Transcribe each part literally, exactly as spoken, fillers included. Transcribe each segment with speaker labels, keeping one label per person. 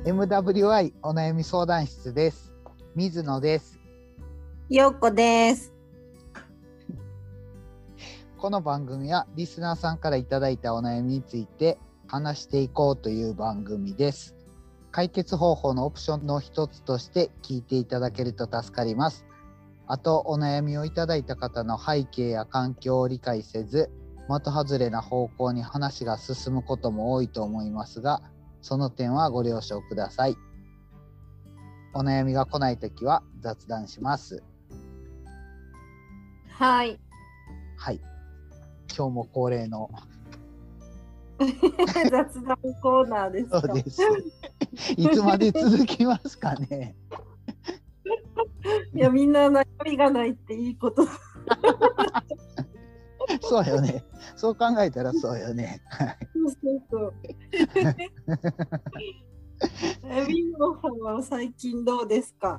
Speaker 1: エムダブリューアイ お悩み相談室です。水野です。
Speaker 2: ようこです。
Speaker 1: この番組はリスナーさんからいただいたお悩みについて話していこうという番組です。解決方法のオプションの一つとして聞いていただけると助かります。あと、お悩みをいただいた方の背景や環境を理解せず、的外れな方向に話が進むことも多いと思いますが、その点はご了承ください。お悩みが来ないときは雑談します。
Speaker 2: はい。
Speaker 1: はい。今日も恒例の
Speaker 2: 雑談コーナーですか。
Speaker 1: そうです。いつまで続きますかね。
Speaker 2: いや、みんな悩みがないっていいこと。
Speaker 1: そうよね。そう考えたらそうよね。
Speaker 2: そうそうそう。え、みんなさんは最近どうですか。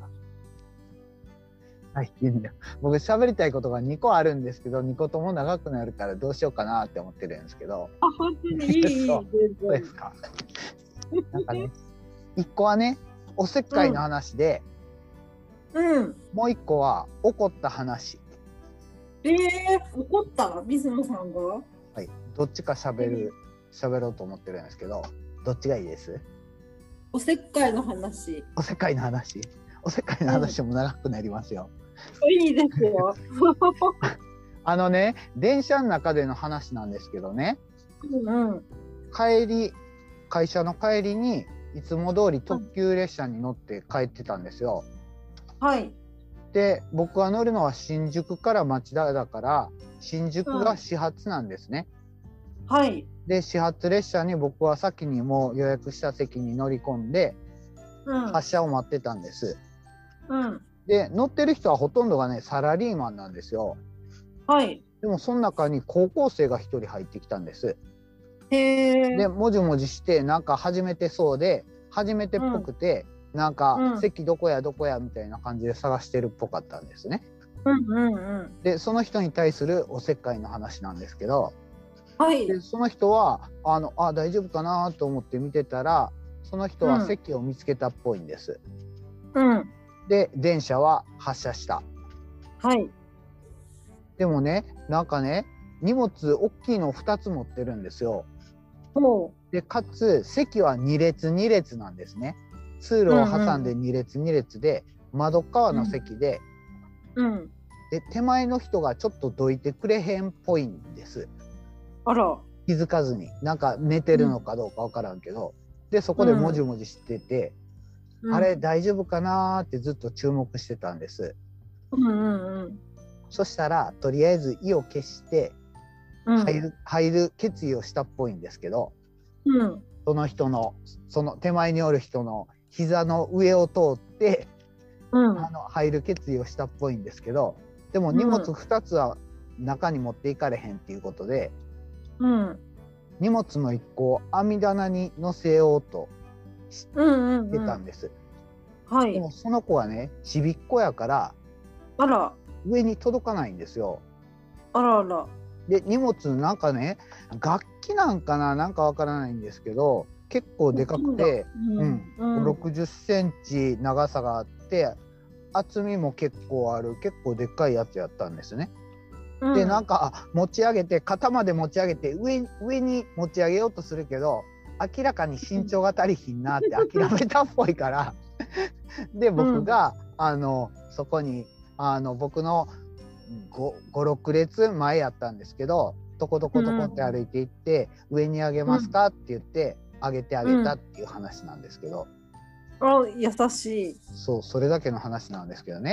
Speaker 1: 最近だ。僕喋りたいことがにこあるんですけど、にことも長くなるからどうしようかなって思ってるんですけど。
Speaker 2: あ、本当にいいいい。
Speaker 1: そうそうですか。なんかね、いっこはね、おせっかいの話で、
Speaker 2: うん。
Speaker 1: もういっこは怒った話。
Speaker 2: えー、怒った水野さんが。
Speaker 1: はい。どっちか喋る、喋ろうと思ってるんですけど、どっちがいいです？
Speaker 2: おせっかいの話。
Speaker 1: おせっかいの話。おせっかいの話も長くなりますよ。
Speaker 2: いいですよ。
Speaker 1: あのね、電車の中での話なんですけどね、
Speaker 2: うんうん。
Speaker 1: 帰り、会社の帰りにいつも通り特急列車に乗って帰ってたんですよ。
Speaker 2: はい。
Speaker 1: で、僕が乗るのは新宿から町田だから、新宿が始発なんですね。
Speaker 2: はい。
Speaker 1: で、始発列車に僕は先にもう予約した席に乗り込んで、
Speaker 2: うん。
Speaker 1: 発車を待ってたんです。
Speaker 2: うん。で、
Speaker 1: で、乗ってる人はほとんどがね、サラリーマンなんですよ。
Speaker 2: はい。
Speaker 1: でもその中に高校生が一人入ってきたんです。
Speaker 2: へえ。
Speaker 1: で、もじもじしてなんか初めてそうで、初めてっぽくて、うん、なんか、うん、席どこやどこやみたいな感じで探してるっぽかったんですね。
Speaker 2: うんうんうん。
Speaker 1: で、その人に対するおせっかいの話なんですけど、
Speaker 2: はい。
Speaker 1: でその人はあのあ大丈夫かなと思って見てたら、その人は席を見つけたっぽいんです。
Speaker 2: うん。で、
Speaker 1: 電車は発車した。
Speaker 2: はい。
Speaker 1: でもね、なんかね、荷物大きいのふたつ持ってるんですよ。で、かつ席はに列に列なんですね。通路を挟んでに列に列で、窓側の席で、うんうん、で手前の人がちょっとどいてくれへんっぽいんです。
Speaker 2: あら。
Speaker 1: 気づかずに、なんか寝てるのかどうかわからんけど、うん、でそこでもじもじしてて、うん、あれ大丈夫かなってずっと注目してたんです。うんうんうん、そしたらとりあえず意を決して入る、うん、入る決意をしたっぽいんですけど、うん、その人のその手前におる人の膝の上を通って、うん、あの入る決意をしたっぽいんですけど、でも荷物ふたつは中に持っていかれへんっていうことで、うん、荷物のいっこを網棚に乗せようとしてたんです、うんうんうん、はい、でもその子はね、ちびっこやからあら上に届かないんですよ。あらあら。で、荷物なんかね、楽器なんかな、なんかわからないんですけど、結構でかくて、うんうん、ろくじゅっセンチ長さがあって厚みも結構ある、結構でっかいやつやったんですね。うん、で、なんか持ち上げて、肩まで持ち上げて 上, 上に持ち上げようとするけど、明らかに身長が足りひんなって諦めたっぽいからで、僕が、うん、あのそこにあの僕のご、ろく列前やったんですけど、トコトコトコって歩いていって、うん、上に上げますかって言って上げてあげたっていう話なんですけど、
Speaker 2: うん、あ、優しい。
Speaker 1: そう、それだけの話なんですけどね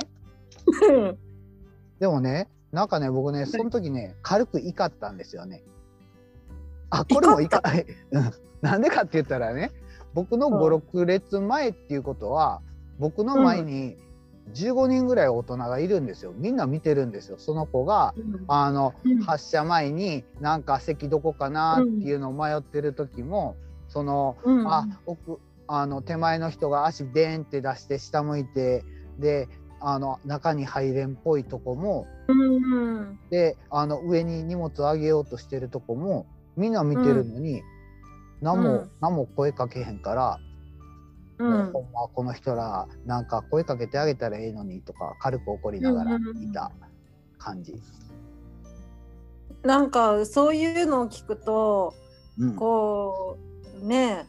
Speaker 1: でもね、なんかね、僕ね、その時ね、軽く怒ったんですよね。あ、これも怒ったなんでかって言ったらね、僕のご、ろく列前っていうことは、僕の前にじゅうごにんぐらい大人がいるんですよ。みんな見てるんですよ。その子が、うん、あの、うん、発車前になんか席どこかなっていうのを迷ってる時も、その、うん、あ、奥、あの手前の人が足ベーンって出して下向いて、で、あの中に入れんっぽいとこも、うん、で、あの上に荷物上げようとしてるとこもみんな見てるのに、うん、何も、うん、何も声かけへんから、
Speaker 2: うん、
Speaker 1: もうほんまこの人らなんか声かけてあげたらええのにとか軽く怒りながらいた感じ。
Speaker 2: なんかそういうのを聞くと、
Speaker 1: うん、
Speaker 2: こうね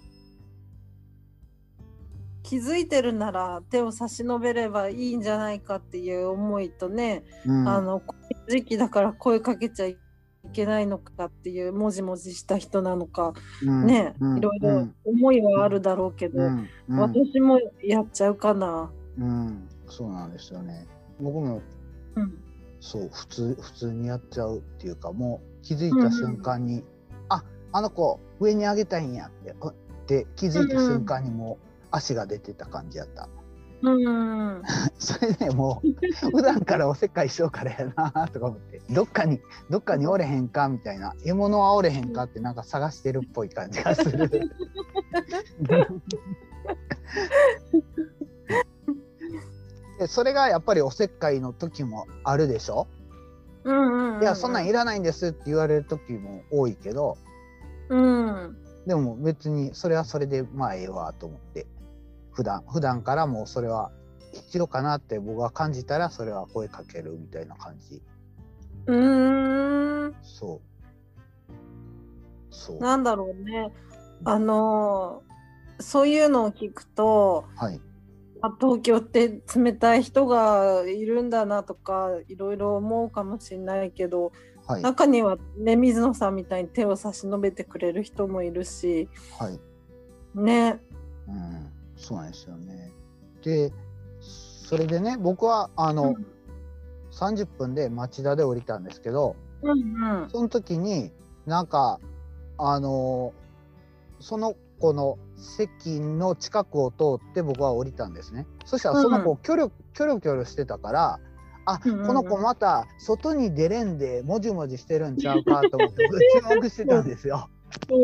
Speaker 2: 気づいてるなら手を差し伸べればいいんじゃないかっていう思いとね、
Speaker 1: うん、
Speaker 2: あのこういう時期だから声かけちゃいけないのかっていうもじもじした人なのか、
Speaker 1: うん、
Speaker 2: ね、
Speaker 1: うん、
Speaker 2: いろいろ
Speaker 1: うん、
Speaker 2: 思いはあるだろうけど、
Speaker 1: うん、うん、
Speaker 2: 私もやっちゃうかな。
Speaker 1: うん、そうなんですよね。僕も
Speaker 2: うん、
Speaker 1: そう普通普通にやっちゃうっていうか、もう気づいた
Speaker 2: うん、
Speaker 1: 瞬間に、あ、あの子上に上げたいんやってあって気づいた瞬間にもう足が出てた感じやった。
Speaker 2: うん、
Speaker 1: それでもう普段からおせっかいしようからやなとか思って、どっかにどっかにおれへんかみたいな、獲物はおれへんかってなんか探してるっぽい感じがする。でそれがやっぱりおせっかいの時もあるでしょ。
Speaker 2: うんうんうんうん、
Speaker 1: いやそんなんいらないんですって言われる時も多いけど、
Speaker 2: うん、
Speaker 1: でも別にそれはそれでまあええわと思って、普段普段からもうそれは必要かなって僕が感じたらそれは声かけるみたいな感じ。
Speaker 2: うーん、
Speaker 1: そうそう、
Speaker 2: なんだろうね。あのーそういうのを聞くと、
Speaker 1: はい、
Speaker 2: あ、東京って冷たい人がいるんだなとかいろいろ思うかもしれないけど、
Speaker 1: はい、
Speaker 2: 中にはね、水野さんみたいに手を差し伸べてくれる人もいるし
Speaker 1: はい、
Speaker 2: ね。
Speaker 1: うん、そうなんですよね。でそれでね、僕はあの、
Speaker 2: うん、
Speaker 1: さんじゅっぷんで町田で降りたんですけど、
Speaker 2: うんうん、
Speaker 1: その時になんかあのその子の席の近くを通って僕は降りたんですね。そしたらその子キョロキョロキョロしてたから、あ、
Speaker 2: うんうん、
Speaker 1: この子また外に出れんでもじもじしてるんちゃうかと思って注目してたんですよ。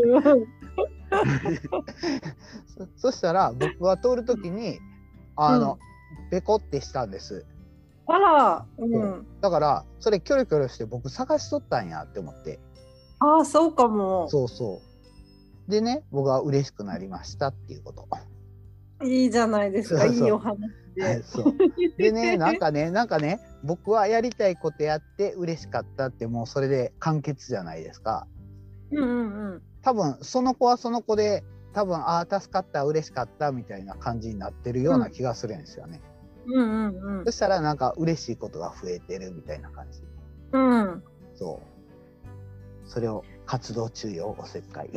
Speaker 1: そ, そしたら僕が通る時にあの、うん、ペコってしたんです。
Speaker 2: あら、うん、
Speaker 1: だからそれキョロキョロして僕探しとったんやって思って。
Speaker 2: ああ、そうかも。
Speaker 1: そうそうでね、僕は嬉しくなりましたっていうこと。
Speaker 2: いいじゃないですか。そうそう、いいお話で。
Speaker 1: そうでね、なんかねなんかね僕はやりたいことやって嬉しかったって、もうそれで完結じゃないですか。
Speaker 2: うんうんうん、
Speaker 1: 多分その子はその子で多分ああ助かった嬉しかったみたいな感じになってるような気がするんですよね。
Speaker 2: うんうんうん、
Speaker 1: そしたらなんか嬉しいことが増えてるみたいな感じ。
Speaker 2: うん、
Speaker 1: そうそれを活動中よおせっかい。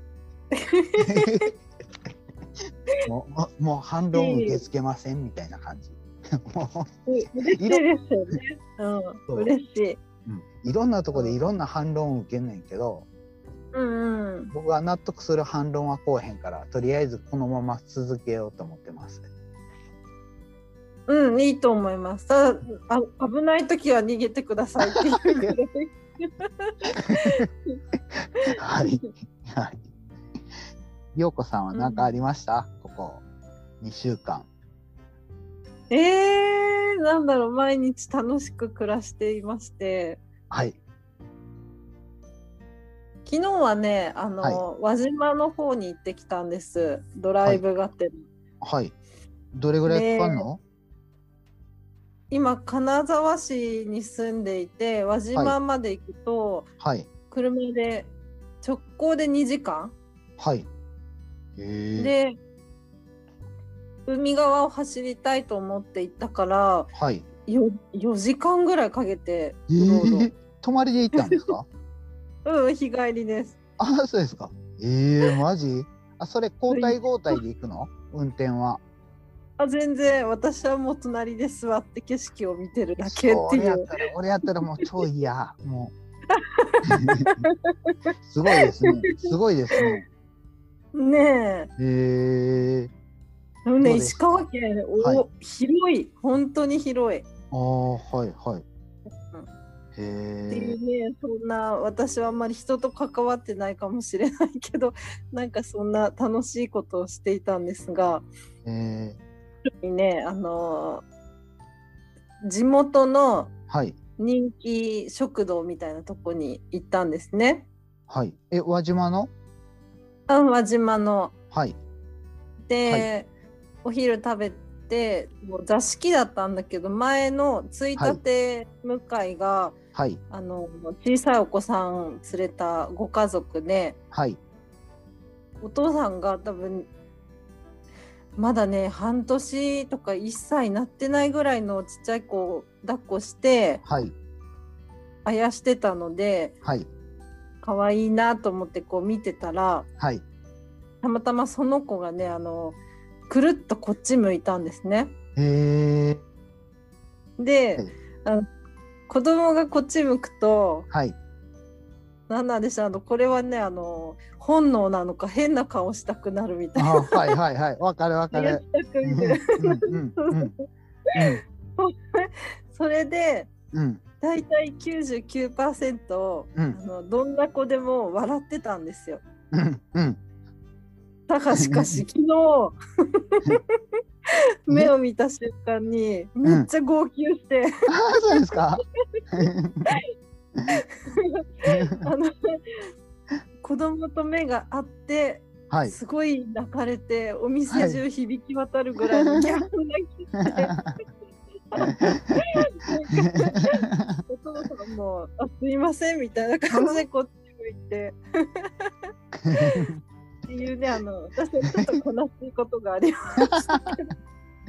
Speaker 1: もうもう反論受け付けませんみたいな感じ。もう
Speaker 2: 嬉しいですよね。うん、嬉しい、
Speaker 1: うん。いろんなところでいろんな反論を受けんねんけど、
Speaker 2: うんうん、僕
Speaker 1: は納得する反論はこうへんから、とりあえずこのまま続けようと思ってます。
Speaker 2: うん、いいと思います。ただあ危ない時は逃げてくださいっていうぐらい。
Speaker 1: はいはい。陽子さんは何かありました、うん、ここにしゅうかん。
Speaker 2: えー、なんだろう、毎日楽しく暮らしていまして、
Speaker 1: はい、
Speaker 2: 昨日はね、あの、はい、輪島の方に行ってきたんです。ドライブがてら、
Speaker 1: はい、はい、どれぐらいかかるの？
Speaker 2: 今金沢市に住んでいて、輪島まで行くと、はい、車で直行でにじかん、
Speaker 1: はい、へー。
Speaker 2: で海側を走りたいと思って行ったから、はい、よ, よじかんぐらいかけて
Speaker 1: うろうろ、えー、泊まりで行ったんですか？
Speaker 2: うん、日帰りです。
Speaker 1: あ、そうですか。えー、マジ？あ、それ交代交代で行くの？運転は。
Speaker 2: あ、全然私はもう隣で座って景色を見てるだけっていう。
Speaker 1: 俺やったら俺やったらもう超いいやもうすごいですね、すごいですね。
Speaker 2: ねえ。
Speaker 1: へえ。
Speaker 2: でもね、石川県、お、はい、広い、本当に広い。
Speaker 1: ああ、はいはい。
Speaker 2: へえ。っていうね、そんな私はあんまり人と関わってないかもしれないけど、なんかそんな楽しいことをしていたんですが、へえ。ね、あの地元の人気食堂みたいなとこに行ったんですね。
Speaker 1: はい。え、輪島の？
Speaker 2: あ、輪島の。
Speaker 1: はい。
Speaker 2: で、はい、 お昼食べてもう座敷だったんだけど、前のついたて向かいが、はい、あの小さいお子さん連れたご家族で、はい、お父さんが多分まだね半年とかいっさいなってないぐらいのちっちゃい子を抱っこして、はい、あやしてたので、はい、かわいいなと思ってこう見てたら、はい、たまたまその子がねあのくるっとこっち向いたんですね。へー。で、はい、あの子供がこっち向くと、はい、なんなんでしょう、あのこれはねあの本能なのか変な顔したくなるみたいな。あ、はいはいはい、わかるわかる。それで、うん、だいたい きゅうじゅうきゅうパーセント、うん、あのどんな子でも笑ってたんですよ。うんうん、だがしかし昨日目を見た瞬間にめっちゃ号泣して、うん、あ、そうですか。あの子供と目が合って、はい、すごい泣かれてお店中響き渡るぐらいのギャー泣きして、お父さんもあすいませんみたいな感じでこっち向いてっていうね、あの私はちょっと悲しいことがありましたけど。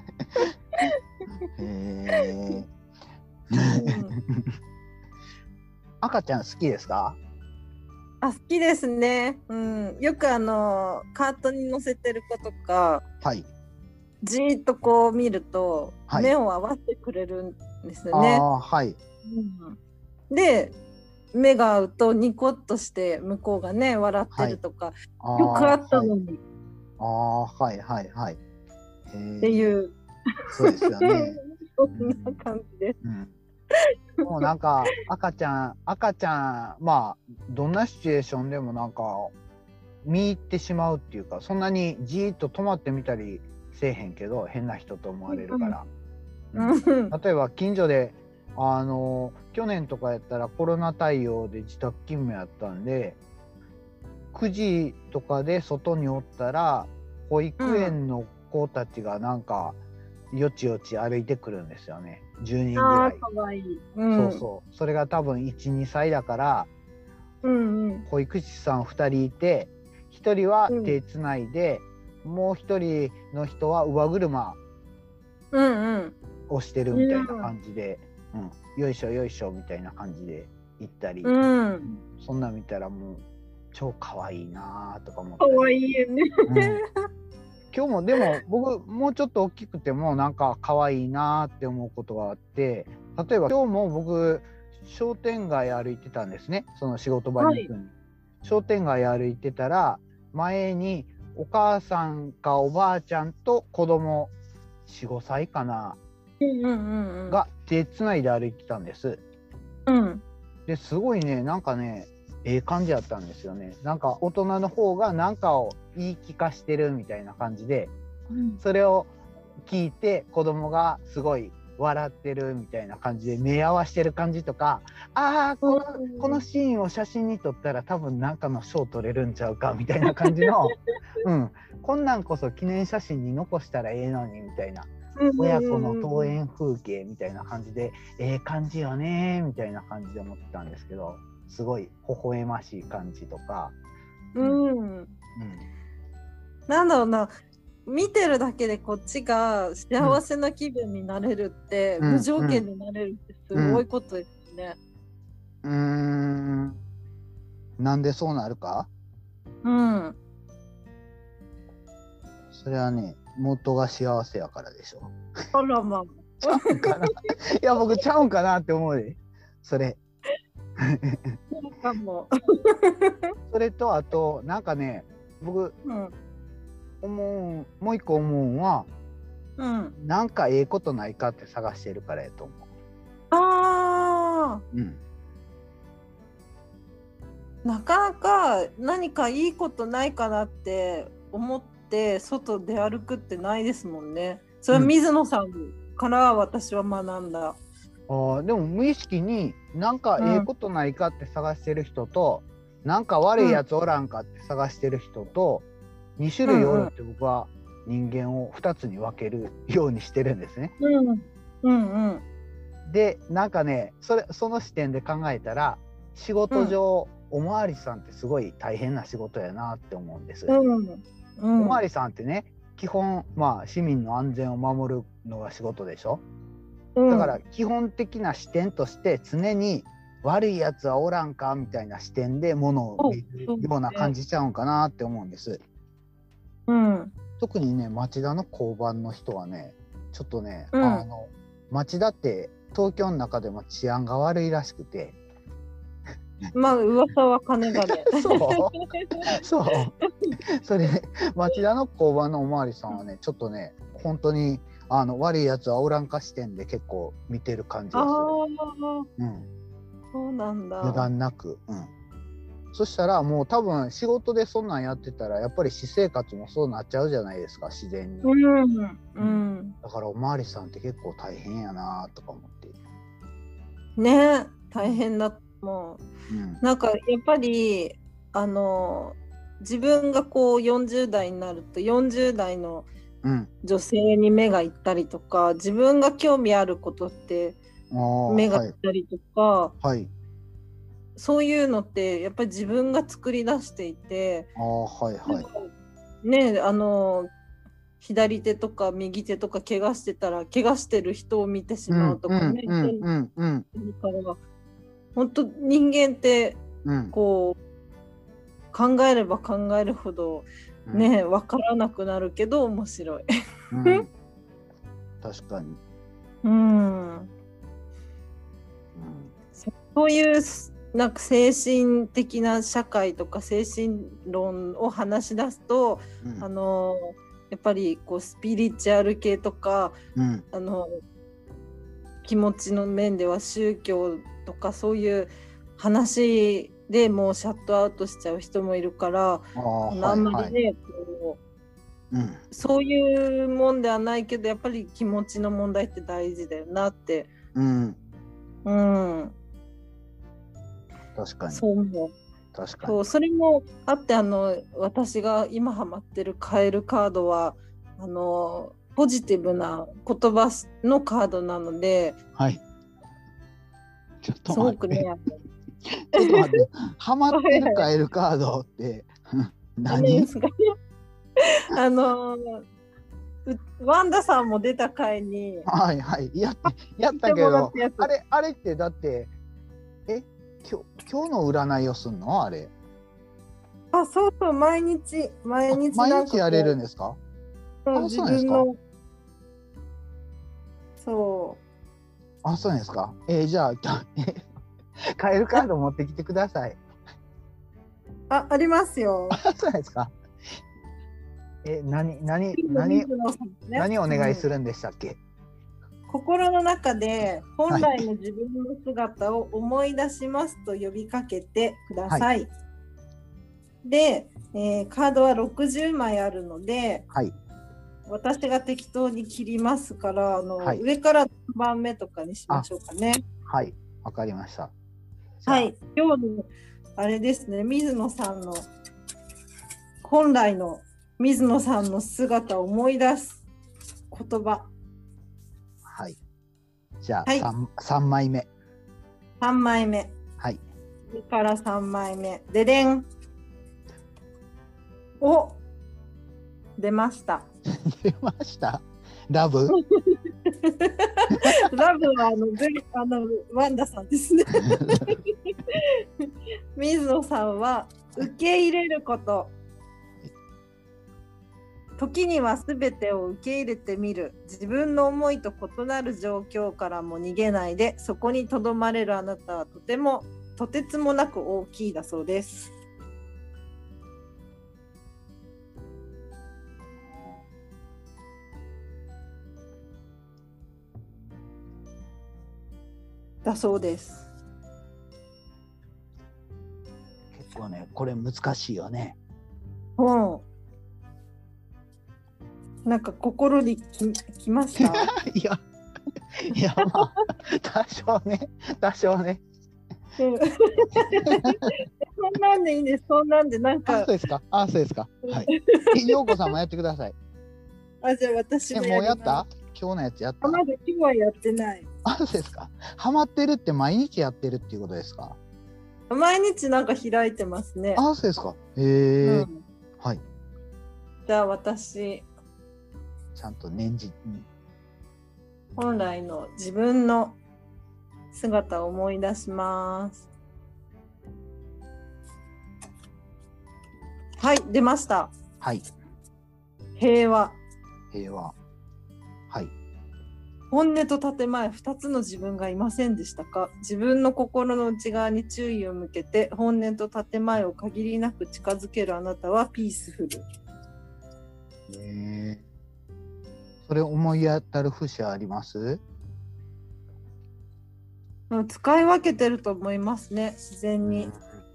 Speaker 2: へー、うん、赤ちゃん好きですか？あ、好きですね、うん、よくあのカートに乗せてる子とか、はい、じーっとこう見ると、はい、目を合わせてくれるんですよね。あ、はい、うん、で目が合うとニコッとして向こうがね笑ってるとか、はい、よくあったのに、あ、はいはいはい、っていうそうですよね。そんな感じです、うんうん、もうなんか赤ちゃん赤ちゃんまあどんなシチュエーションでもなんか見入ってしまうっていうか、そんなにじーっと止まってみたりせえへんけど変な人と思われるから、うんうん、例えば近所であの去年とかやったらコロナ対応で自宅勤務やったんで、くじとかで外におったら保育園の子たちがなんかよちよち歩いてくるんですよね、じゅうにんぐらい。あー、かわいい、うん、そうそう、それが多分いち、にさいだから、うんうん、保育士さんふたりいてひとりは手つないで、うん、もうひとりの人は乳母車をしてるみたいな感じで、うんうん、よいしょよいしょみたいな感じで行ったり、うん、そんなん見たらもう超かわいいなとか思って。かわいいよね、うん、今日もでも僕もうちょっと大きくてもなんか可愛いなって思うことがあって、例えば今日も僕商店街歩いてたんですね、その仕事場に行くに、はい、商店街歩いてたら前にお母さんかおばあちゃんと子供 よん、ごさいかな、うんうんうん、が手つないで歩いてたんです、うん、ですごいねなんかねええ感じだったんですよね。なんか大人の方が何かを言い聞かしてるみたいな感じで、うん、それを聞いて子供がすごい笑ってるみたいな感じで目合わしてる感じとか、ああこの、このシーンを写真に撮ったら多分なんかの賞取れるんちゃうかみたいな感じの、うん、こんなんこそ記念写真に残したらええのにみたいな、親子の登園風景みたいな感じでええ感じよねみたいな感じで思ってたんですけど、すごい微笑ましい感じとか、うん、うん、なんだろうな、見てるだけでこっちが幸せな気分になれるって、うん、無条件になれるってすごいことですね。うん、うーん、なんでそうなるか、うん、それはね元が幸せやからでしょ。あらまあちゃうんかな。いや僕ちゃうんかなって思うでそれ。そうかも。それとあとなんかね僕、うん、思うもう一個思うのは、うん、なんかええことないかって探してるからやと思う。ああ、うん、なかなか何かいいことないかなって思って外で歩くってないですもんね。それは水野さんから私は学んだ。あ、でも無意識になんかええことないかって探してる人と、うん、なんか悪いやつおらんかって探してる人とに種類おるって僕は
Speaker 1: 人間をふたつに分けるようにしてるんですね。
Speaker 2: うんうんうん、
Speaker 1: でなんかねそれその視点で考えたら仕事上、うん、おまわりさんってすごい大変な仕事やなって思うんです。うんうん、おまわりさんってね基本、まあ、市民の安全を守るのが仕事でしょ。だから基本的な視点として常に悪いやつはおらんかみたいな視点でものを見るような感じちゃうんかなって思うんです。うん、特にね町田の交番の人はねちょっとね、うん、あの町田って東京の中でも治安が悪いらしくて
Speaker 2: まあ噂は金がね
Speaker 1: そうそうそれで町田の交番のおまわりさんはねちょっとね本当にあの悪いやつはおらんか視点で結構見てる感じがする。
Speaker 2: うん、そうなんだ。
Speaker 1: 油断なく、うん、そしたらもう多分仕事でそんなんやってたらやっぱり私生活もそうなっちゃうじゃないですか自然に、うんうん、だからおまわりさんって結構大変やなとか思って
Speaker 2: ね大変だと思う、うん、なんかやっぱりあの自分がこうよんじゅう代になるとよんじゅう代の女性に目がいったりとか、うん、自分が興味あることって目がいったりとか、はいはい、そういうのってやっぱり自分が作り出していて、あ、はいはい、ねあの左手とか右手とか怪我してたら怪我してる人を見てしまうとかね、だから本当人間ってこう、うん、考えれば考えるほどね、うん、分からなくなるけど面白い、うん、
Speaker 1: 確かに、
Speaker 2: うん、うん、そういうなんか精神的な社会とか精神論を話し出すと、うん、あのやっぱりこうスピリチュアル系とか、うん、あの気持ちの面では宗教とかそういう話でもうシャットアウトしちゃう人もいるから、 あ, あんまりね、はいはい、こう、うん、そういうもんではないけどやっぱり気持ちの問題って大事だよなって、うんうん、
Speaker 1: 確かに
Speaker 2: そう思う。
Speaker 1: 確かに
Speaker 2: そうそれもあってあの私が今ハマってるカエルカードはあのポジティブな言葉のカードなので、はい、
Speaker 1: ちょっと待ってすごくねちょっと待ってハマってるカエルカードって何
Speaker 2: あのワンダさんも出た回に
Speaker 1: はいはいややったけどあれあれってだってえ今日今日の占いをすんのあれ？
Speaker 2: あ、そうそう毎日毎日
Speaker 1: 毎日やれるんですか？
Speaker 2: そう、自分のそう
Speaker 1: あ、そうなんですか。えー、じゃあカエルカード持ってきてください。
Speaker 2: あ、ありますよ。
Speaker 1: あ、そうなんですか。え、何何何何お願いするんでしたっけ？
Speaker 2: 心の中で本来の自分の姿を思い出しますと呼びかけてください。はい、で、えー、カードはろくじゅうまいあるので、はい、私が適当に切りますからあの、はい、上から何番目とかにしましょうかね。
Speaker 1: はい、わかりました。
Speaker 2: はい、今日のあれですね、水野さんの本来の水野さんの姿を思い出す言葉。
Speaker 1: はい。じゃあ、はい、3, さんまいめ。
Speaker 2: さんまいめ。はい。それからさんまいめ。ででん。お、出ました。
Speaker 1: 出ました。ラブ。
Speaker 2: ラブはあのあのワンダさんですね。水野さんは受け入れること。時にはすべてを受け入れてみる。自分の思いと異なる状況からも逃げないで、そこにとどまれるあなたはとてもとてつもなく大きいだそうです。だそうです。
Speaker 1: 結構ね、これ難しいよね。
Speaker 2: うん。なんか心にき、きました？
Speaker 1: いや、いやまあ多少ね、多少ね。
Speaker 2: そんなんでいいんです。そんなんでなんか。
Speaker 1: あ、そうですか。あ、そうですか。はい。陽子さんもやってください。
Speaker 2: あ、じゃあ私も
Speaker 1: え、もうやった？今日のやつやった？
Speaker 2: あ、まだ今日はやってない。
Speaker 1: あ、そうですか。ハマってるって毎日やってるっていうことですか？
Speaker 2: 毎日なんか開いてますね。
Speaker 1: あ、そうですか。へえ、
Speaker 2: うん。
Speaker 1: はい。
Speaker 2: じゃあ私、
Speaker 1: ちゃんと念じに。
Speaker 2: 本来の自分の姿を思い出します。はい、出ました。
Speaker 1: はい。
Speaker 2: 平和。
Speaker 1: 平和。はい。
Speaker 2: 本音と建前、ふたつの自分がいませんでしたか？自分の心の内側に注意を向けて本音と建前を限りなく近づけるあなたはピースフル。
Speaker 1: えーそれ思い当たる節あります？
Speaker 2: 使い分けてると思いますね、自然に。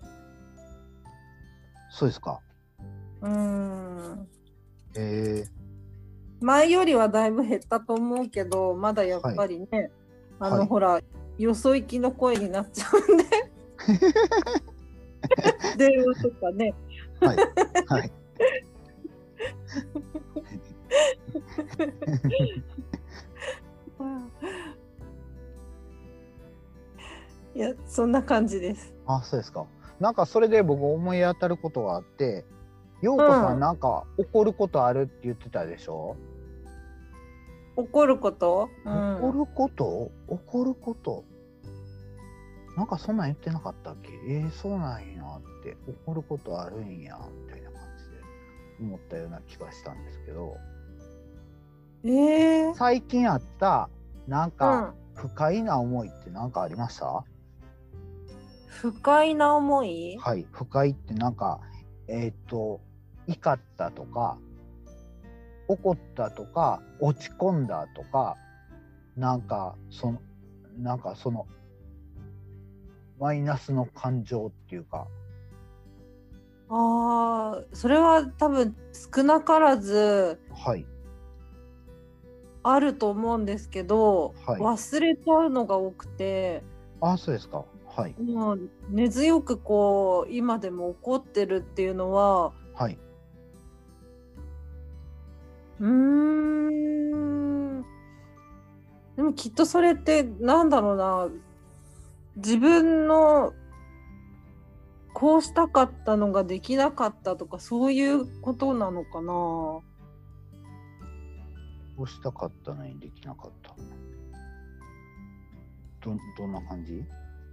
Speaker 1: そうですか。
Speaker 2: うーん。
Speaker 1: えー、
Speaker 2: 前よりはだいぶ減ったと思うけど、まだやっ
Speaker 1: はい。
Speaker 2: ぱりね、あの、
Speaker 1: はい。
Speaker 2: ほら、よそ行きの声になっちゃうんで電話とかね。
Speaker 1: はい。はい。
Speaker 2: いや、そんな感じです。
Speaker 1: あ、そうですか。なんかそれで僕思い当たることがあって、陽子さんなんか怒ることあるって言ってたでしょ？
Speaker 2: 怒ること、うん、
Speaker 1: 怒ること怒ることなんかそんなん言ってなかったっけ？えー、そうなんやって怒ることあるんやみたいな感じで思ったような気がしたんですけど、
Speaker 2: えー、
Speaker 1: 最近あったなんか不快な思いって何かありました？
Speaker 2: 不快な思い？
Speaker 1: はい、不快ってなんかえっと怒ったとか怒ったとか落ち込んだとかなんかそのなんかそのマイナスの感情っていうか。
Speaker 2: ああ、それは多分少なからず
Speaker 1: はい。
Speaker 2: あると思うんですけど、
Speaker 1: はい。
Speaker 2: 忘れちゃうのが多くて、
Speaker 1: あ、そうですか。はい。
Speaker 2: もう根強くこう今でも怒ってるっていうのは、
Speaker 1: はい。
Speaker 2: うーん、でもきっとそれってなんだろうな、自分のこうしたかったのができなかったとかそういうことなのかな。
Speaker 1: こうしたかったのにできなかった。ど、どんな感じ？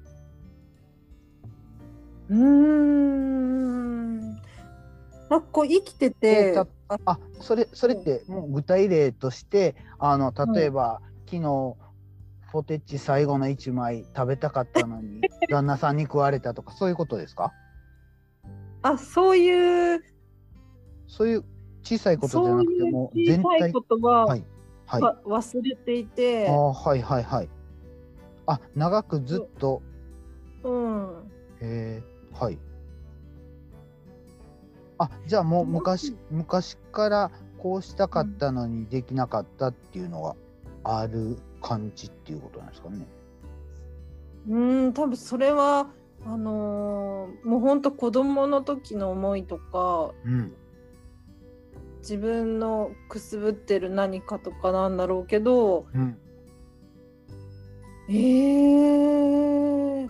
Speaker 2: うーん。なんかこう生きて
Speaker 1: え
Speaker 2: て、
Speaker 1: ー、た
Speaker 2: あ、
Speaker 1: あ、それ、それってもう具体例として、あの、例えば、昨日、ポテチ最後のいちまい食べたかったのに、旦那さんに食われたとか、そういうことですか？
Speaker 2: あ、そういう、
Speaker 1: そういう小さいことじゃ
Speaker 2: そう
Speaker 1: なくて、
Speaker 2: いう
Speaker 1: もう
Speaker 2: 小さい
Speaker 1: 全体。
Speaker 2: ことは、
Speaker 1: はい。はい。
Speaker 2: わ忘れていて、
Speaker 1: ああ、はいはいはい。あ、長くずっと。
Speaker 2: うん。
Speaker 1: へえ、はい。あ、じゃあもう昔、昔からこうしたかったのにできなかったっていうのがある感じっていうことなんですかね。
Speaker 2: うん、多分それはあのーもうほんと子供の時の思いとか、
Speaker 1: うん。
Speaker 2: 自分のくすぶってる何かとかなんだろうけど、
Speaker 1: うん。
Speaker 2: えー、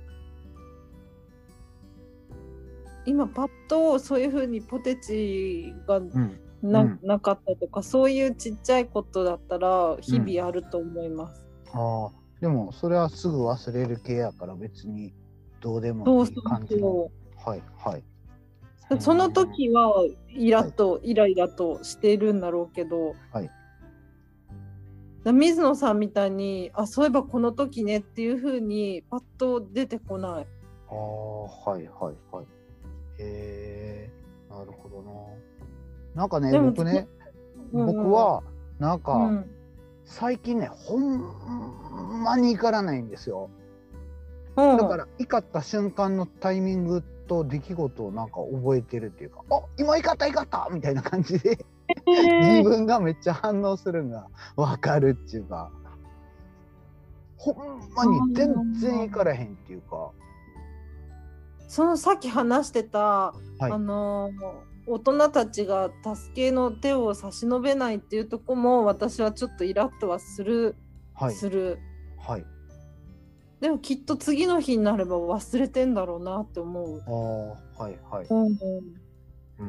Speaker 2: 今パッとそういうふうにポテチが
Speaker 1: うん。う
Speaker 2: な、
Speaker 1: ん。
Speaker 2: なかったとかそういうちっちゃいことだったら日
Speaker 1: うん。
Speaker 2: 々あると思います。
Speaker 1: ああ、でもそれはすぐ忘れる系やから別にどうでもいい
Speaker 2: そうそう
Speaker 1: 感じの。
Speaker 2: そ
Speaker 1: はいはい。う
Speaker 2: う。その
Speaker 1: ーん。
Speaker 2: 時はイラ
Speaker 1: はい
Speaker 2: ッと、イライラとしているんだろうけど、
Speaker 1: はい。
Speaker 2: 水野さんみたいに、あ、そういえばこの時ねっていう風にパッと出てこない。
Speaker 1: ああ、はいはいはい。へえ、なるほどな。なんかね、
Speaker 2: でも、
Speaker 1: 僕ね、
Speaker 2: うんうん、
Speaker 1: 僕はなんか
Speaker 2: うん、
Speaker 1: 最近ね、ほんまに怒らないんですよ。
Speaker 2: うん。
Speaker 1: だから怒った瞬間のタイミングと出来事をなんか覚えてるっていうか、あ、今怒った怒ったみたいな感じで自
Speaker 2: えー、
Speaker 1: 分がめっちゃ反応するのがわかるっていうか、ほんまに全然怒らへんっていうか。
Speaker 2: そのさっき話してた、
Speaker 1: はい
Speaker 2: あの大人たちが助けの手を差し伸べないっていうとこも私はちょっとイラッとはする、はい、する、
Speaker 1: はい、
Speaker 2: でもきっと次の日になれば忘れてんだろうなって思う。
Speaker 1: ああ、はいはい。
Speaker 2: うん、
Speaker 1: うん。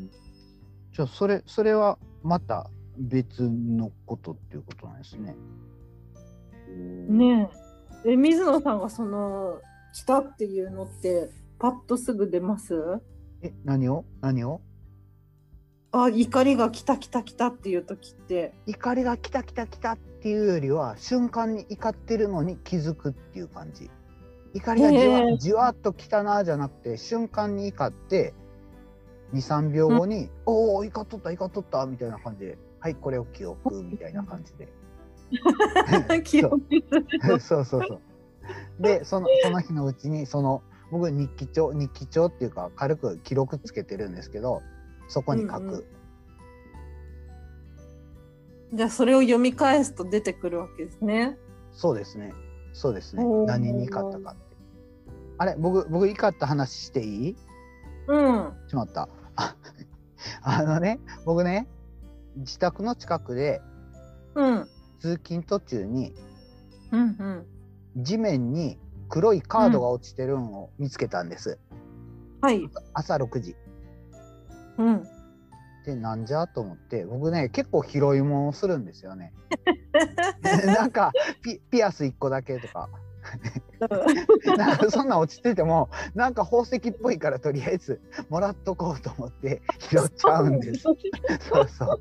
Speaker 1: じゃあそれそれはまた別のことっていうことなんですね。
Speaker 2: ねえ、え水野さんがその来たっていうのってパッとすぐ出ます？
Speaker 1: え、何を何を？
Speaker 2: あ、怒りが来た来た来たっていう時って。
Speaker 1: 怒りが来た来た来たっていうよりは瞬間に怒ってるのに気づくっていう感じ。怒りがじわじわっと来たなじゃなくて、瞬間に怒ってにさんびょうごに、うん、おお怒っとった怒っとったみたいな感じで、はいこれを記憶みたいな感じで
Speaker 2: 記憶
Speaker 1: そうそうそうでそのその日のうちにその僕日記帳日記帳っていうか軽く記録つけてるんですけど、そこに書く、うん
Speaker 2: うん、じゃあそれを読み返すと出てくるわけですね。
Speaker 1: そうですねそうですね。何に怒ったかって。あれ僕僕怒った話していい？
Speaker 2: うん
Speaker 1: しまったあのね僕ね自宅の近くで、
Speaker 2: うん、
Speaker 1: 通勤途中に、
Speaker 2: うんうん、
Speaker 1: 地面に黒いカードが落ちてるのを見つけたんです、
Speaker 2: うん、はい
Speaker 1: 朝ろくじ、
Speaker 2: うん、
Speaker 1: でなんじゃと思って僕ね結構拾い物をするんですよねなんか ピ, ピアスいっこだけとかなんかそんな落ちててもなんか宝石っぽいからとりあえずもらっとこうと思って拾っちゃうんですそうそう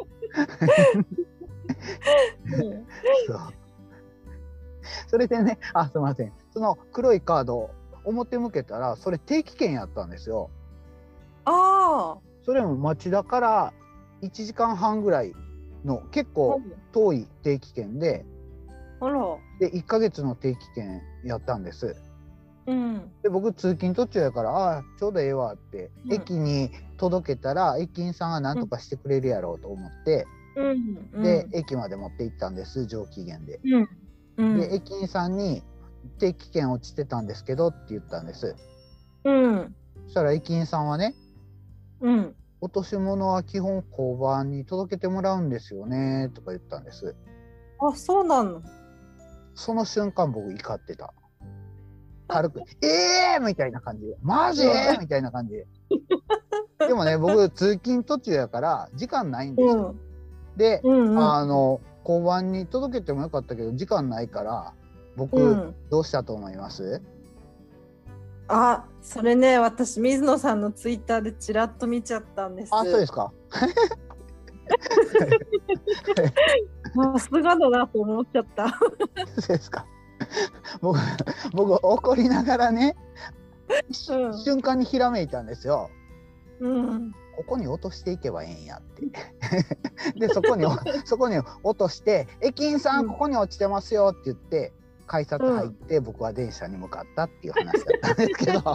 Speaker 1: そうそれでね、あ、すみません、その黒いカード表向けたらそれ定期券やったんですよ。
Speaker 2: ああ、
Speaker 1: それも町田からいちじかんはんぐらいの結構遠い定期券で、
Speaker 2: あら、
Speaker 1: でいっかげつの定期券やったんです。
Speaker 2: うん、で
Speaker 1: 僕通勤途中やから、ああちょうどええわって、うん、駅に届けたら駅員さんが何とかしてくれるやろうと思って、うんうん、で駅まで持って行ったんです、上機嫌で、うんうん、で駅員さんに定期券落ちてたんですけどって言ったんです、うん、そしたら駅員さんはね、うん、落とし物は基本交番に届けてもらうんですよねとか言ったんです。
Speaker 2: あ、そうなの。
Speaker 1: その瞬間僕怒ってた。軽くえーみたいな感じで、マジみたいな感じででもね僕通勤途中やから時間ないんですよ、うん、で、うんうん、あの交番に届けてもよかったけど時間ないから僕、うん、どうしたと思います？
Speaker 2: あ、それね、私水野さんのツイッターでちらっと見ちゃったんです。
Speaker 1: あ、そうですか
Speaker 2: さすがだなと思っちゃった
Speaker 1: そうですか僕, 僕怒りながらね、うん、瞬間にひらめいたんですよ、うん、ここに落としていけばええんやってでそこにそこに落として駅員さんここに落ちてますよって言って改札入って、うん、僕は電車に向かったっていう話だったんですけど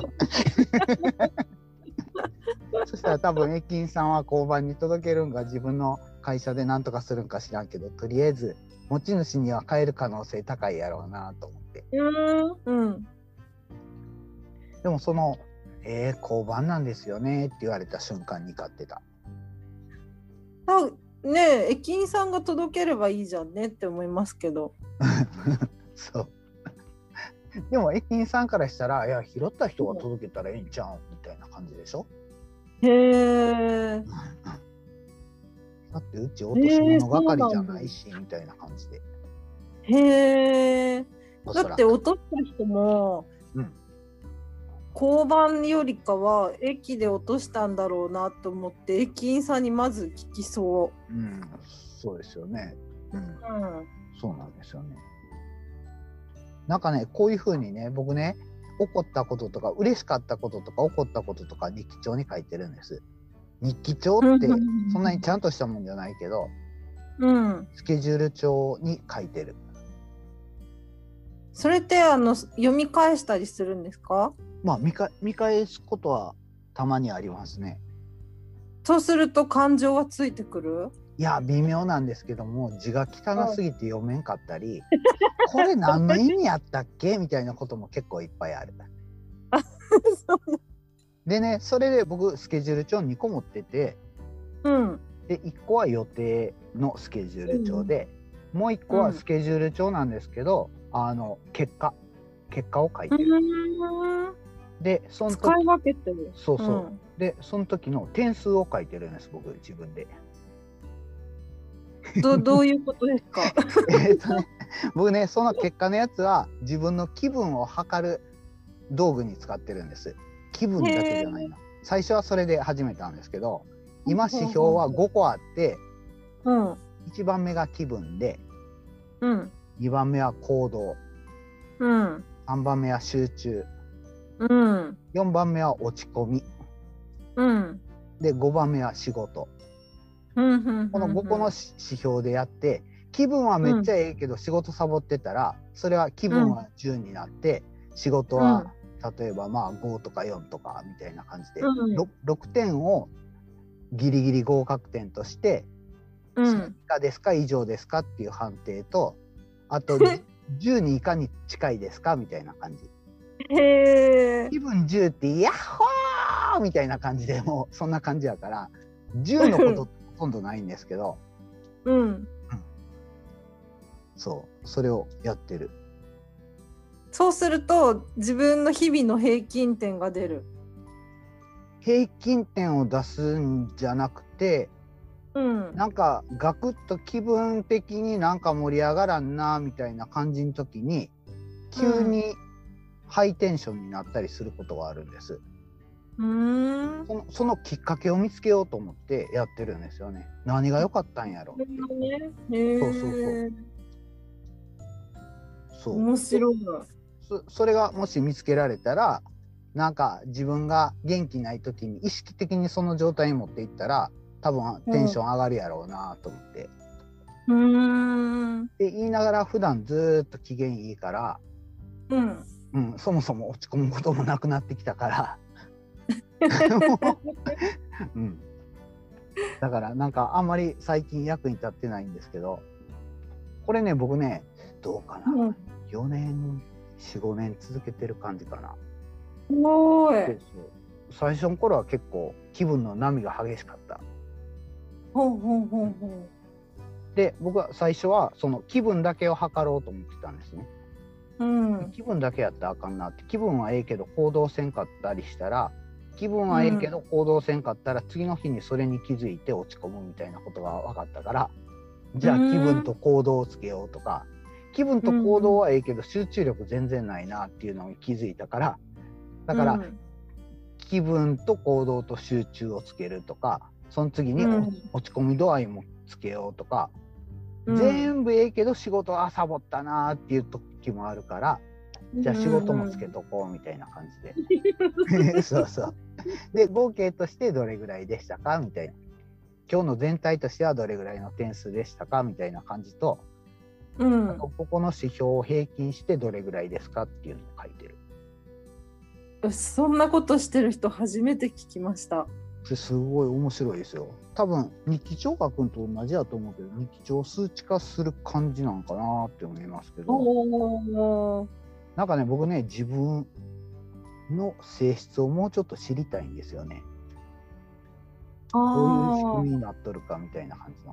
Speaker 1: そしたら多分駅員さんは交番に届けるんか自分の会社で何とかするんか知らんけど、とりあえず持ち主には変える可能性高いやろうなと思って、うん、うん、でもそのえー、交番なんですよねって言われた瞬間に怒ってた。
Speaker 2: あ、ねえ、駅員さんが届ければいいじゃんねって思いますけど
Speaker 1: そうでも駅員さんからしたら、いや拾った人が届けたらいいんちゃうみたいな感じでしょ。へえだってうち落とし物係じゃないし、みたいな感じで。
Speaker 2: へえ。だって落とした人も、うん、交番よりかは駅で落としたんだろうなと思って駅員さんにまず聞きそう。
Speaker 1: うん、そうですよね。うん、うん、そうなんですよね。なんかね、こういう風にね、僕ね、怒ったこととか嬉しかったこととか怒ったこととか日記帳に書いてるんです。日記帳ってそんなにちゃんとしたもんじゃないけど、うん、スケジュール帳に書いてる。
Speaker 2: それってあの読み返したりするんですか？
Speaker 1: まあ見か見返すことはたまにありますね。
Speaker 2: そうすると感情がついてくる？
Speaker 1: いや微妙なんですけども、字が汚すぎて読めんかったりこれ何の意味やったっけみたいなことも結構いっぱいある。あ、そうでね、それで僕スケジュール帳にこ持ってて、
Speaker 2: うん、
Speaker 1: でいっこは予定のスケジュール帳で、うん、もういっこはスケジュール帳なんですけど、うん、あの結果結果を書いてる。でその時
Speaker 2: 使い分けてる。
Speaker 1: そうそう、うん、でその時の点数を書いてるんです、僕自分で。
Speaker 2: ど, どういうことですか？
Speaker 1: えっとね、僕ね、その結果のやつは自分の気分を測る道具に使ってるんです。気分だけじゃないな。最初はそれで始めたんですけど、今指標はごこあって、うん、いちばんめが気分で、うん、にばんめは行動、うん、さんばんめは集中、うん、よんばんめは落ち込み、うん、でごばんめは仕事。このごこの指標でやって、気分はめっちゃええけど仕事サボってたら、それは気分はじゅうになって、仕事は例えばまあごとかよんとかみたいな感じで、 6, ろくてんをギリギリ合格点として、うん、以下ですか以上ですかっていう判定と、あとじゅうに以下に近いですかみたいな感じ。へー。気分じゅうってヤッホーみたいな感じで、もうそんな感じやからじゅうのことほとんどないんですけど、うん、うん、そうそれをやってる。
Speaker 2: そうすると自分の日々の平均点が出る。
Speaker 1: 平均点を出すんじゃなくて、うん、なんかガクッと気分的になんか盛り上がらんなみたいな感じの時に急にハイテンションになったりすることがあるんです。うーん、その、そのきっかけを見つけようと思ってやってるんですよね。何が良かったんやろって。ね、そうそうそう。そう。面白い。そ、それがもし見つけられたら、なんか自分が元気ない時に意識的にその状態に持っていったら、多分テンション上がるやろうなと思って。うーん。って言いながら普段ずっと機嫌いいから、うん、うん、そもそも落ち込むこともなくなってきたから。うん、だからなんかあんまり最近役に立ってないんですけど、これね僕ねどうかな、うん、よねんよんごねん続けてる感じかな。すごい。そうそう、最初の頃は結構気分の波が激しかった。ほうほうほうほう。で僕は最初はその気分だけを測ろうと思ってたんですね。うん、気分だけやったらあかんなって。気分はええけど行動せんかったりしたら、気分はええけど行動せんかったら、次の日にそれに気づいて落ち込むみたいなことが分かったから、じゃあ気分と行動をつけようとか、気分と行動はええけど集中力全然ないなっていうのに気づいたから、だから気分と行動と集中をつけるとか、その次に落ち込み度合いもつけようとか、全部ええけど仕事はサボったなっていう時もあるから、じゃあ仕事もつけとこうみたいな感じでそうそう。で合計としてどれぐらいでしたかみたいな、今日の全体としてはどれぐらいの点数でしたかみたいな感じと、うん、あとここの指標を平均してどれぐらいですかっていうのを書いてる。
Speaker 2: そんなことしてる人初めて聞きました。
Speaker 1: すごい面白いですよ。多分日記帳書くんと同じだと思うけど、日記帳を数値化する感じなんかなって思いますけど、なんかね僕ね自分の性質をもうちょっと知りたいんですよね。どういう仕組みになっとるかみたいな感じの。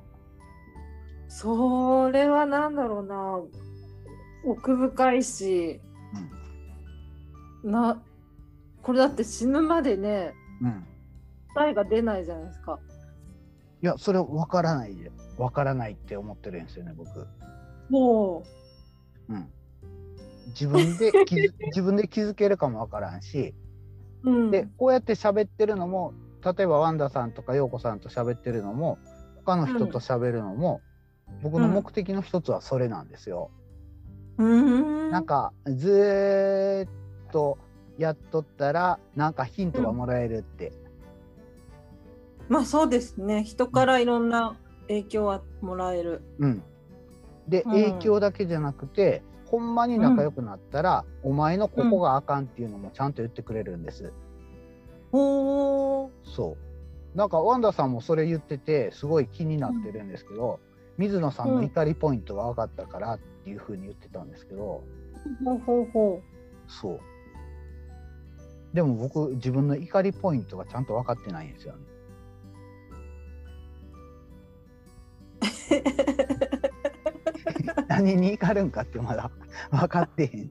Speaker 2: それはなんだろうな、奥深いし、うん、なこれだって死ぬまでね、うん、答えが出ないじゃないですか。
Speaker 1: いやそれは分からないで分からないって思ってるんですよね僕。
Speaker 2: も
Speaker 1: う、うん、自分で気づ自分で気づけるかも分からんし、うん、でこうやって喋ってるのも、例えばワンダさんとかヨウコさんと喋ってるのも、他の人と喋るのも、うん、僕の目的の一つはそれなんですよ。うん、なんかずっとやっとったらなんかヒントがもらえるって、
Speaker 2: うん、まあそうですね、人からいろんな影響はもらえる。
Speaker 1: うん、で、うん、影響だけじゃなくてほんまに仲良くなったら、うん、お前のここがあかんっていうのもちゃんと言ってくれるんです。ほー。そうなんかワンダさんもそれ言っててすごい気になってるんですけど、うん、水野さんの怒りポイントが分かったからっていうふうに言ってたんですけど、
Speaker 2: ほうほうほう。
Speaker 1: そうでも僕自分の怒りポイントがちゃんと分かってないんですよね。何に怒るんかってまだ分かってへん。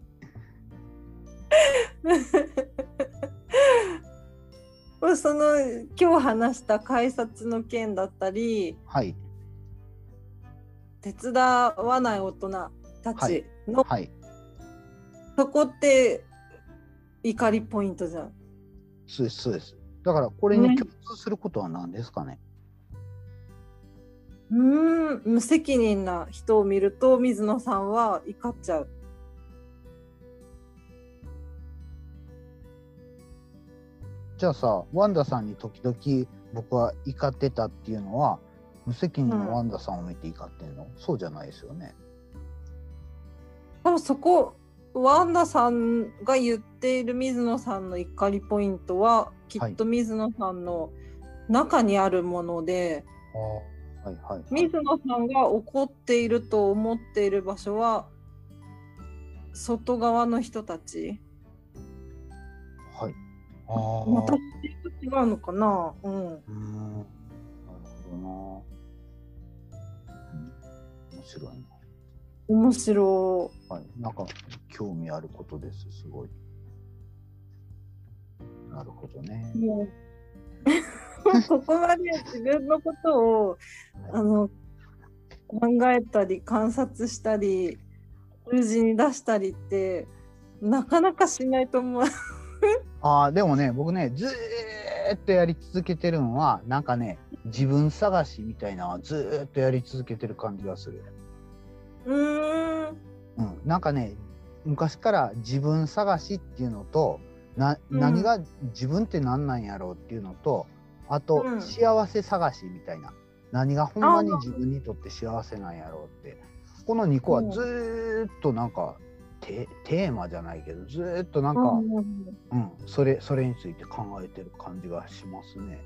Speaker 2: その今日話した改札の件だったり、
Speaker 1: はい、
Speaker 2: 手伝わない大人たちの、
Speaker 1: はいはい、
Speaker 2: そこって怒りポイントじゃん。
Speaker 1: そうですそうです。だからこれに共通することは何ですかね。
Speaker 2: うーん、無責任な人を見ると水野さんは怒っちゃう。
Speaker 1: じゃあさ、ワンダさんに時々僕は怒ってたっていうのは無責任のワンダさんを見て怒ってんの、うん、そうじゃないですよね。
Speaker 2: でもそこワンダさんが言っている水野さんの怒りポイントはきっと水野さんの中にあるもので、
Speaker 1: はいはいはい、
Speaker 2: 水野さんが怒っていると思っている場所は外側の人たち。
Speaker 1: はい。
Speaker 2: あまた違うのかな。うん。うん、なる
Speaker 1: ほどな。面白いな。
Speaker 2: 面白い。
Speaker 1: はい。なんか興味あることです。すごい。なるほどね。も
Speaker 2: うここまで自分のことをあの考えたり観察したり数字に出したりってなかなかしないと思う。
Speaker 1: あでもね僕ねずーっとやり続けてるのはなんかね自分探しみたいなのはずーっとやり続けてる感じがする。
Speaker 2: うーん、
Speaker 1: うん、なんかね昔から自分探しっていうのとな何が自分って何なんやろうっていうのと、あと、うん、幸せ探しみたいな何がほんまに自分にとって幸せなんやろうってこのにこはずーっとなんかテ, テーマじゃないけどずーっとなんか、うんうん、それそれについて考えてる感じがしますね。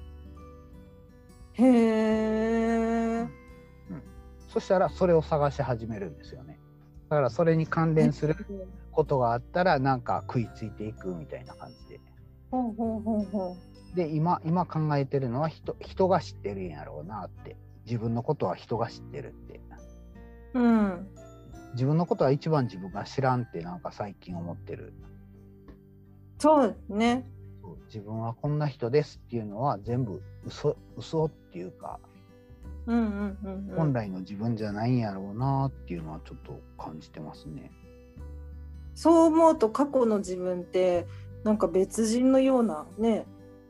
Speaker 2: へー、
Speaker 1: うん、そしたらそれを探し始めるんですよね。だからそれに関連することがあったらなんか食いついていくみたいな感じで。
Speaker 2: ほうほうほうほ
Speaker 1: うで 今, 今考えてるのは 人, 人が知ってるんやろうなって。自分のことは人が知ってるって。
Speaker 2: うん。
Speaker 1: 自分のことは一番自分が知らんってなんか最近思ってる。
Speaker 2: そうね。
Speaker 1: そう自分はこんな人ですっていうのは全部嘘嘘っていうか、
Speaker 2: うんうんうんうん、
Speaker 1: 本来の自分じゃないんやろうなっていうのはちょっと感じてますね。
Speaker 2: そう思うと過去の自分ってなんか別人のようなね、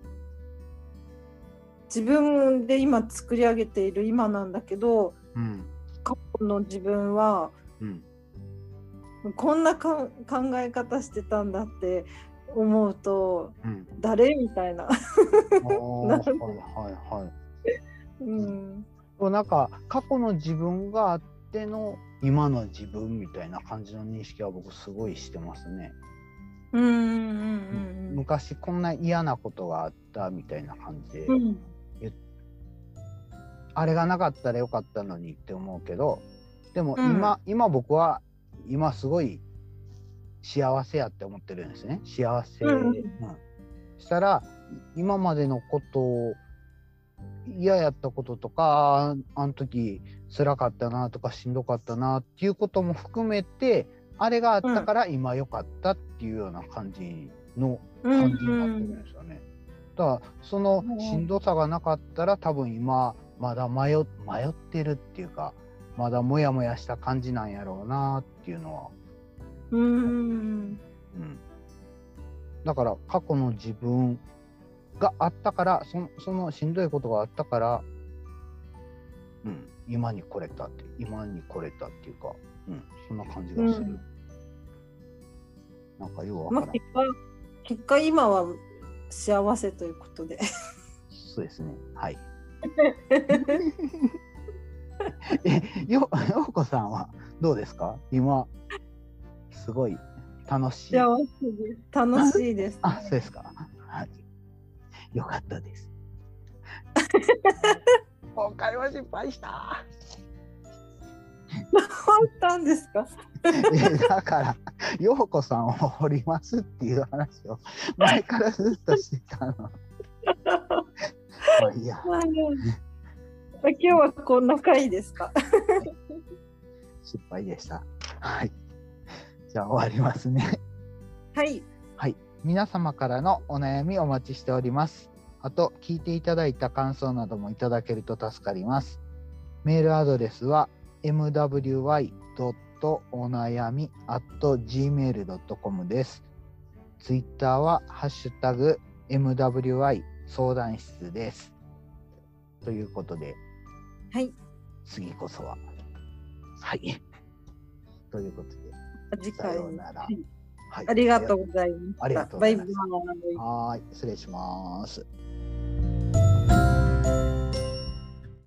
Speaker 2: 自分で今作り上げている今なんだけど、うん、過去の自分は、うん、こんなか考え方してたんだって思うと、うん、誰みたいな。
Speaker 1: はいはいはい。うん、なんか過去の自分があっての今の自分みたいな感じの認識は僕すごいしてますね。
Speaker 2: うんうんうんうん、
Speaker 1: 昔こんな嫌なことがあったみたいな感じで、うん、あれがなかったらよかったのにって思うけど、でも今、うん、今僕は今すごい幸せやって思ってるんですね。幸せ、うんうん、したら今までのことを嫌やったこととかあの時辛かったなとかしんどかったなっていうことも含めてあれがあったから今良かったっていうような感じの感じになってるんですよね。だからそのしんどさがなかったら多分今まだ迷、迷ってるっていうかまだモヤモヤした感じなんやろうなっていうのは、
Speaker 2: うんうん、
Speaker 1: だから過去の自分があったからその、そのしんどいことがあったから、うん、今に来れたって今に来れたっていうか、うん、そんな感じがする、うん、なんかようわからん、まあ、
Speaker 2: 結果、結果今は幸せということで
Speaker 1: そうですね、はいえよようこさんはどうですか今すごい楽しい
Speaker 2: 幸せです楽しいです、ね、
Speaker 1: あそうですか、はい、よかったです今回は失敗した
Speaker 2: ったんですか？
Speaker 1: えだから陽子さんを掘りますっていう話を前からずっとしてたの。まあいいや。
Speaker 2: 今日はこんな回ですか？
Speaker 1: 失敗でした。はい。じゃあ終わりますね。
Speaker 2: はい。
Speaker 1: はい。皆様からのお悩みお待ちしております。あと聞いていただいた感想などもいただけると助かります。メールアドレスは エムダブリューワイドットお悩みアットジーメールドットコム です。ツイッターはハッシュタグ エムダブリューワイ 相談室です。ということで、
Speaker 2: はい。
Speaker 1: 次こそは。はい。ということで、
Speaker 2: 次回
Speaker 1: さようなら。
Speaker 2: はい、ありがとうございました。
Speaker 1: ありがとうございます。バイバイ。はい、失礼します。